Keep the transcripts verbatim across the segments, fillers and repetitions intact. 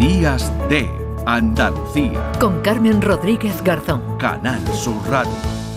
Días de Andalucía. Con Carmen Rodríguez Garzón. Canal Sur Radio.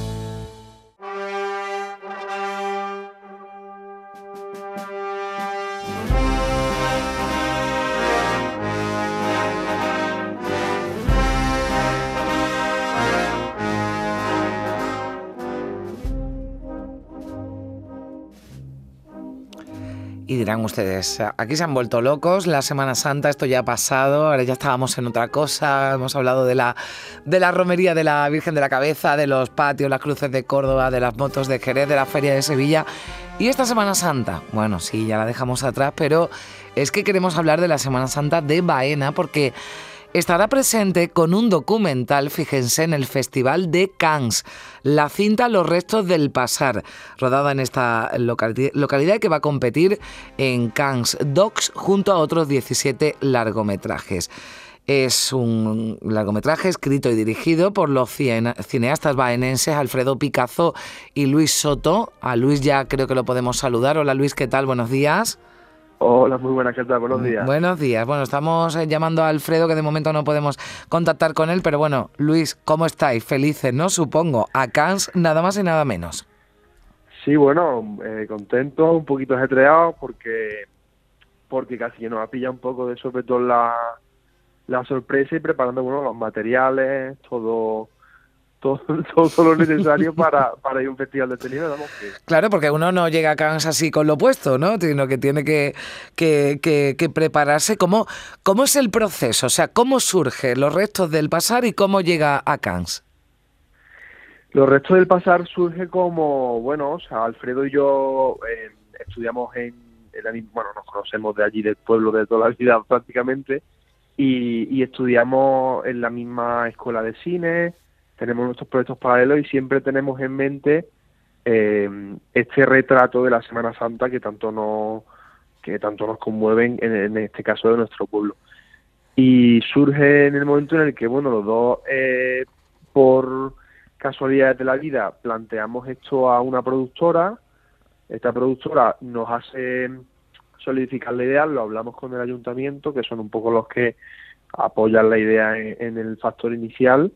Y dirán ustedes, aquí se han vuelto locos, la Semana Santa, esto ya ha pasado, ahora ya estábamos en otra cosa, hemos hablado de la, de la romería de la Virgen de la Cabeza, de los patios, las cruces de Córdoba, de las motos de Jerez, de la Feria de Sevilla. ¿Y esta Semana Santa? Bueno, sí, ya la dejamos atrás, pero es que queremos hablar de la Semana Santa de Baena porque estará presente con un documental, fíjense, en el Festival de Cannes, la cinta Los restos del pasar, rodada en esta localidad, localidad que va a competir en Cannes Docs junto a otros diecisiete largometrajes. Es un largometraje escrito y dirigido por los cineastas baenenses Alfredo Picazo y Luis Soto. A Luis ya creo que lo podemos saludar. Hola Luis, ¿qué tal? Buenos días. Hola, muy buenas, ¿qué tal? Buenos días. Buenos días. Bueno, estamos llamando a Alfredo, que de momento no podemos contactar con él, pero bueno, Luis, ¿cómo estáis? Felices, ¿no? Supongo. A Cannes, nada más y nada menos. Sí, bueno, eh, contento, un poquito ajetreado, porque porque casi que nos ha pillado un poco de sobre todo la, la sorpresa y preparando, bueno, los materiales, todo... Todo, todo lo necesario para, para ir a un festival de cine, vamos que... Claro, porque uno no llega a Cannes así con lo puesto, ¿no? Sino que tiene que, que, que, que prepararse. ¿Cómo, ¿Cómo es el proceso? O sea, ¿cómo surge Los restos del pasar y cómo llega a Cannes? Los restos del pasar surge como, bueno, o sea, Alfredo y yo eh, estudiamos en, en la, bueno, nos conocemos de allí, del pueblo de toda la vida prácticamente, y, y estudiamos en la misma escuela de cine. Tenemos nuestros proyectos paralelos y siempre tenemos en mente eh, este retrato de la Semana Santa que tanto nos que tanto nos conmueven en, en este caso de nuestro pueblo. Y surge en el momento en el que, bueno, los dos eh, por casualidades de la vida planteamos esto a una productora. Esta productora nos hace solidificar la idea, lo hablamos con el ayuntamiento, que son un poco los que apoyan la idea en, en el factor inicial.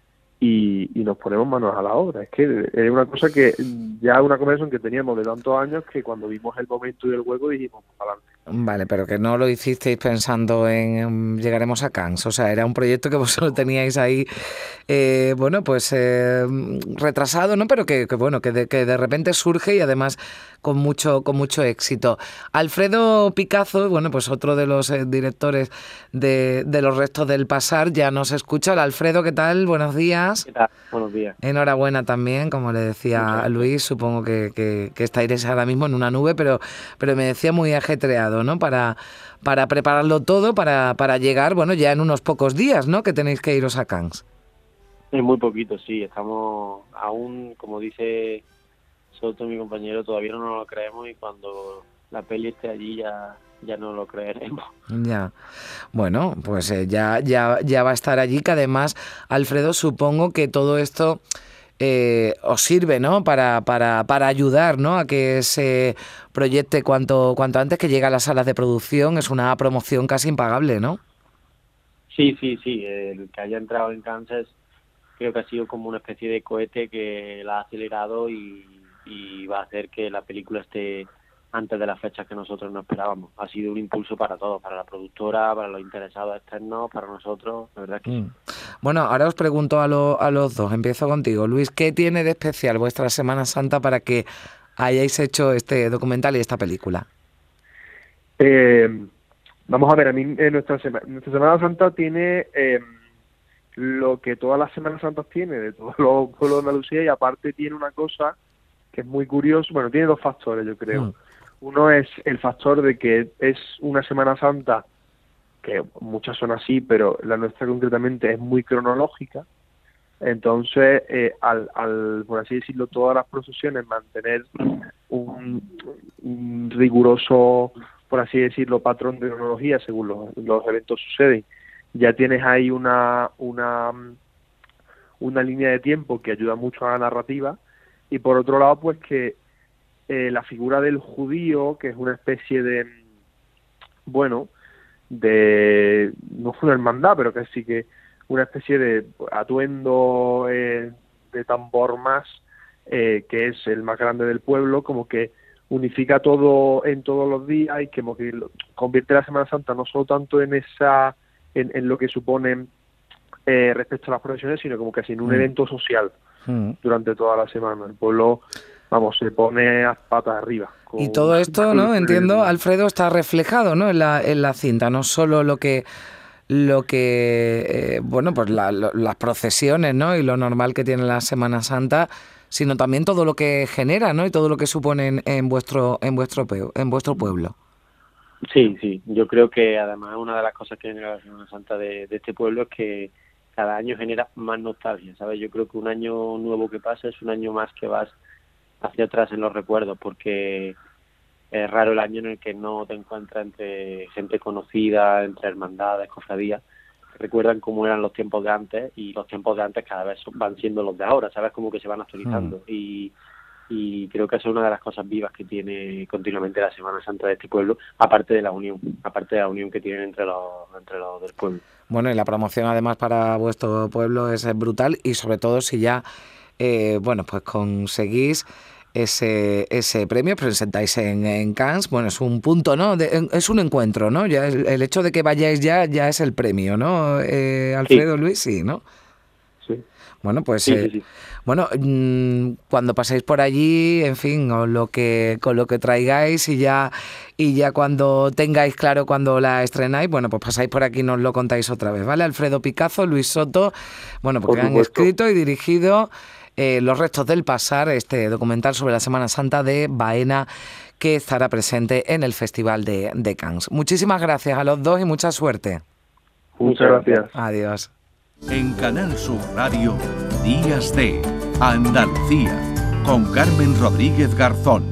Y, y nos ponemos manos a la obra. Es que es una cosa que ya una conversación que teníamos de tantos años que cuando vimos el momento y el hueco dijimos, para adelante. Vale, pero que no lo hicisteis pensando en um, llegaremos a Cannes. O sea, era un proyecto que vosotros teníais ahí, eh, bueno, pues eh, retrasado, ¿no? Pero que, que bueno, que de, que de repente surge y además con mucho con mucho éxito. Alfredo Picazo, bueno, pues otro de los eh, directores de, de Los restos del pasar, ya nos escucha. Hola, Alfredo, ¿qué tal? Buenos días. ¿Qué tal? Buenos días. Enhorabuena también, como le decía a Luis, supongo que, que, que estáis ahora mismo en una nube, pero, pero me decía muy ajetreado, ¿no? Para, para prepararlo todo, para, para llegar, bueno, ya en unos pocos días, ¿no? Que tenéis que iros a Cannes. Es muy poquito, sí. Estamos aún, como dice Soto, mi compañero, todavía no nos lo creemos y cuando la peli esté allí ya... ya no lo creeremos. Ya, bueno, pues eh, ya, ya, ya va a estar allí, que además, Alfredo, supongo que todo esto eh, os sirve, ¿no? Para, para, para ayudar, ¿no? A que se proyecte cuanto, cuanto antes, que llegue a las salas de producción. Es una promoción casi impagable, ¿no? Sí, sí, sí. El que haya entrado en Cannes creo que ha sido como una especie de cohete que la ha acelerado y, y va a hacer que la película esté antes de las fechas que nosotros no esperábamos. Ha sido un impulso para todos, para la productora, para los interesados externos, para nosotros, la verdad es que mm. sí. Bueno, ahora os pregunto a, lo, a los dos, empiezo contigo. Luis, ¿qué tiene de especial vuestra Semana Santa para que hayáis hecho este documental y esta película? Eh, vamos a ver, a mí eh, nuestra, sema, nuestra Semana Santa tiene eh, lo que todas las Semanas Santas tiene, de todos los pueblos de Andalucía, y aparte tiene una cosa que es muy curioso. Bueno, tiene dos factores, yo creo. Mm. Uno es el factor de que es una Semana Santa, que muchas son así, pero la nuestra concretamente es muy cronológica. Entonces, eh, al, al, por así decirlo, todas las procesiones mantener un, un riguroso, por así decirlo, patrón de cronología según los, los eventos suceden, ya tienes ahí una, una, una línea de tiempo que ayuda mucho a la narrativa. Y por otro lado, pues que eh, la figura del judío, que es una especie de, bueno, de no fue una hermandad, pero que sí que una especie de atuendo eh, de tambor más, eh, que es el más grande del pueblo, como que unifica todo en todos los días y que como que convierte la Semana Santa no solo tanto en esa en, en lo que supone eh, respecto a las procesiones, sino como casi en un mm. evento social mm. durante toda la semana. El pueblo, vamos, se pone a patas arriba. Con, y todo esto, ¿no? Entiendo, Alfredo, está reflejado, ¿no? En la, en la cinta, no solo lo que lo que eh, bueno, pues la, lo, las procesiones, ¿no? Y lo normal que tiene la Semana Santa, sino también todo lo que genera, ¿no? Y todo lo que supone en, en vuestro en vuestro en vuestro pueblo. Sí, sí. Yo creo que además una de las cosas que genera la Semana Santa de, de este pueblo es que cada año genera más nostalgia, ¿sabes? Yo creo que un año nuevo que pasa es un año más que vas hacia atrás en los recuerdos, porque es raro el año en el que no te encuentras entre gente conocida, entre hermandades, cofradías, que recuerdan cómo eran los tiempos de antes, y los tiempos de antes cada vez van siendo los de ahora, ¿sabes? Como que se van actualizando. Mm. Y, y creo que esa es una de las cosas vivas que tiene continuamente la Semana Santa de este pueblo, aparte de la unión, aparte de la unión que tienen entre los, entre los del pueblo. Bueno, y la promoción además para vuestro pueblo es brutal, y sobre todo si ya, eh, bueno, pues conseguís ese ese premio, presentáis en, en Cannes, bueno, es un punto, ¿no? De, es un encuentro, ¿no? Ya el, el hecho de que vayáis ya ya es el premio, ¿no? Eh, Alfredo, sí. Luis, sí, ¿no? Sí. Bueno, pues sí, eh, sí, sí. bueno, mmm, cuando paséis por allí, en fin, o lo que con lo que traigáis y ya y ya cuando tengáis claro cuando la estrenáis, bueno, pues pasáis por aquí y nos lo contáis otra vez, ¿vale? Alfredo Picazo, Luis Soto, bueno, porque han escrito y dirigido Eh, Los restos del pasar, este documental sobre la Semana Santa de Baena, que estará presente en el Festival de, de Cannes. Muchísimas gracias a los dos y mucha suerte. Muchas gracias. Adiós. En Canal Sur Radio, Días de Andalucía, con Carmen Rodríguez Garzón.